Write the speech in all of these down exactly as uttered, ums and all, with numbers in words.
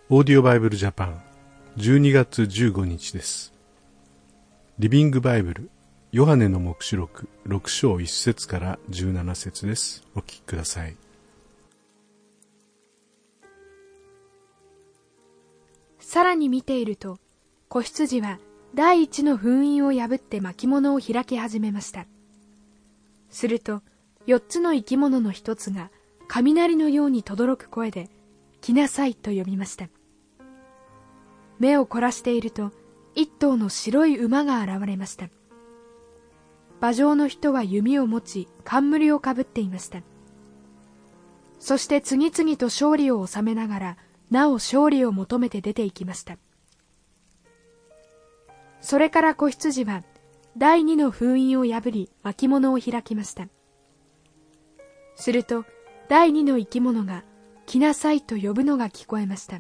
オーディオバイブルジャパンじゅうにがつじゅうごにちです。リビングバイブルヨハネの黙示録ろく章いち節からじゅうなな節です。お聞きください。 さらに見ていると、子羊は第一の封印を破って巻物を開き始めました。すると四つの生き物の一つが雷のように轟く声で来なさいと呼びました。目を凝らしていると一頭の白い馬が現れました。馬上の人は弓を持ち冠をかぶっていました。そして次々と勝利を収めながらなお勝利を求めて出て行きました。それから子羊は第二の封印を破り巻物を開きました。すると第二の生き物が来なさいと呼ぶのが聞こえました。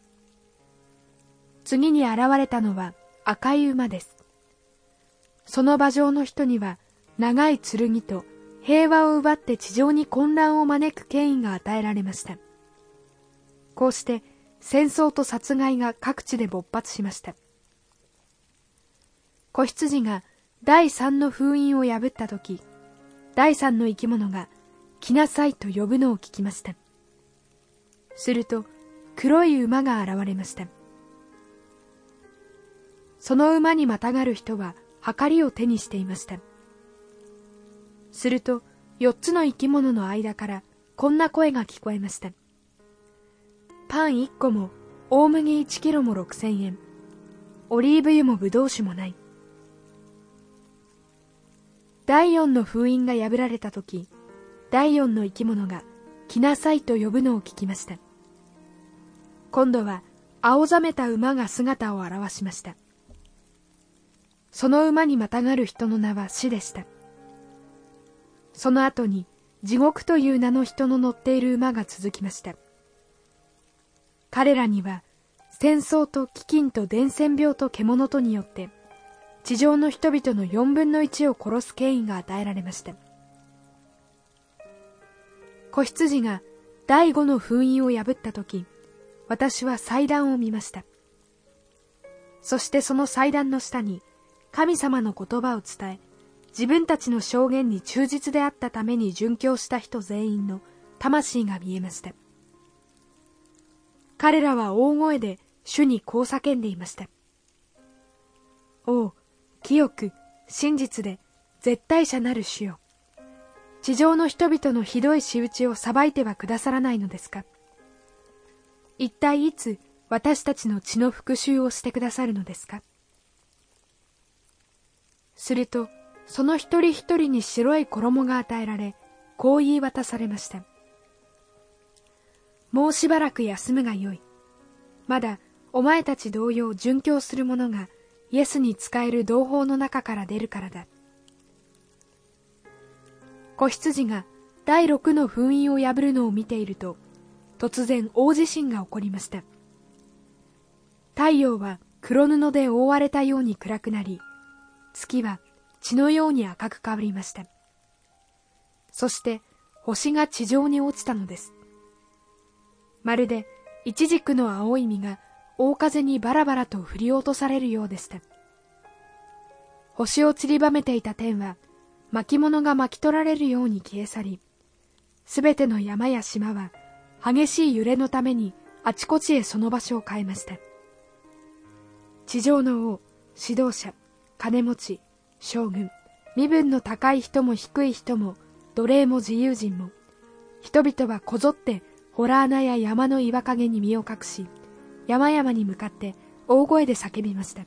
次に現れたのは赤い馬です。その馬上の人には長い剣と平和を奪って地上に混乱を招く権威が与えられました。こうして戦争と殺害が各地で勃発しました。子羊が第三の封印を破ったとき、第三の生き物が来なさいと呼ぶのを聞きました。すると黒い馬が現れました。その馬にまたがる人は秤を手にしていました。すると四つの生き物の間からこんな声が聞こえました。パン一個も大麦一キロも六千円、オリーブ油もブドウ酒もない。第四の封印が破られたとき、第四の生き物が来なさいと呼ぶのを聞きました。今度は青ざめた馬が姿を現しました。その馬にまたがる人の名は死でした。その後に地獄という名の人の乗っている馬が続きました。彼らには戦争と飢饉と伝染病と獣とによって地上の人々の四分の一を殺す権威が与えられました。子羊が第五の封印を破ったとき、私は祭壇を見ました。そしてその祭壇の下に神様の言葉を伝え、自分たちの証言に忠実であったために殉教した人全員の魂が見えました。彼らは大声で主にこう叫んでいました。おう、清く真実で絶対者なる主よ、地上の人々のひどい仕打ちを裁いてはくださらないのですか。一体いつ私たちの血の復讐をしてくださるのですか。するとその一人一人に白い衣が与えられ、こう言い渡されました。もうしばらく休むがよい。まだお前たち同様殉教する者がイエスに仕える同胞の中から出るからだ。子羊が第六の封印を破るのを見ていると、突然大地震が起こりました。太陽は黒布で覆われたように暗くなり、月は血のように赤く変わりました。そして星が地上に落ちたのです。まるでイチジクの青い実が大風にバラバラと振り落とされるようでした。星を散りばめていた天は巻物が巻き取られるように消え去り、すべての山や島は激しい揺れのためにあちこちへその場所を変えました。地上の王、指導者、金持ち、将軍、身分の高い人も低い人も奴隷も自由人も、人々はこぞって洞穴や山の岩陰に身を隠し、山々に向かって大声で叫びました。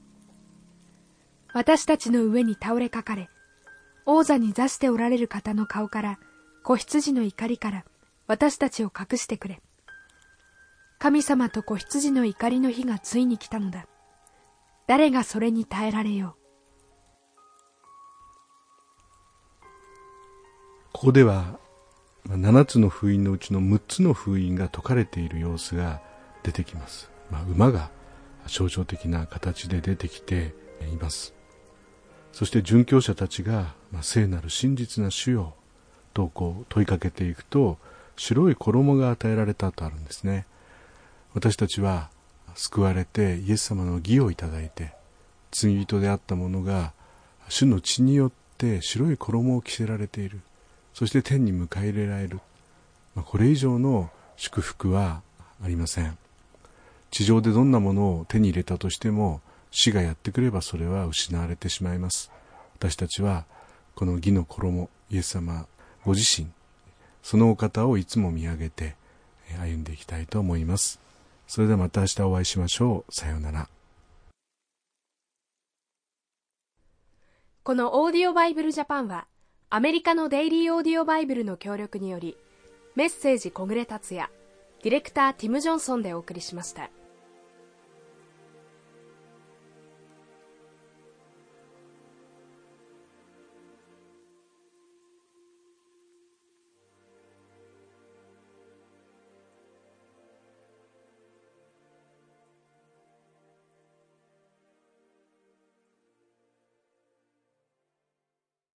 私たちの上に倒れかかれ、王座に座しておられる方の顔から、子羊の怒りから私たちを隠してくれ。神様と子羊の怒りの日がついに来たのだ。誰がそれに耐えられよう。 ここではななつの封印のうちのむっつの封印が解かれている様子が出てきます。まあ、馬が象徴的な形で出てきています。そして殉教者たちが、まあ、聖なる真実な主よとこう問いかけていくと、白い衣が与えられたとあるんですね。 私たちは救われてイエス様の義をいただいて、罪人であった者が主の血によって白い衣を着せられている。そして天に迎え入れられる。これ以上の祝福はありません。地上でどんなものを手に入れたとしても、死がやってくればそれは失われてしまいます。私たちはこの義の衣、イエス様ご自身、そのお方をいつも見上げて歩んでいきたいと思います。それではまた明日お会いしましょう。さようなら。 このオーディオバイブルジャパンは、アメリカのデイリーオーディオバイブルの協力により、メッセージ小暮達也、ディレクターティム・ジョンソンでお送りしました。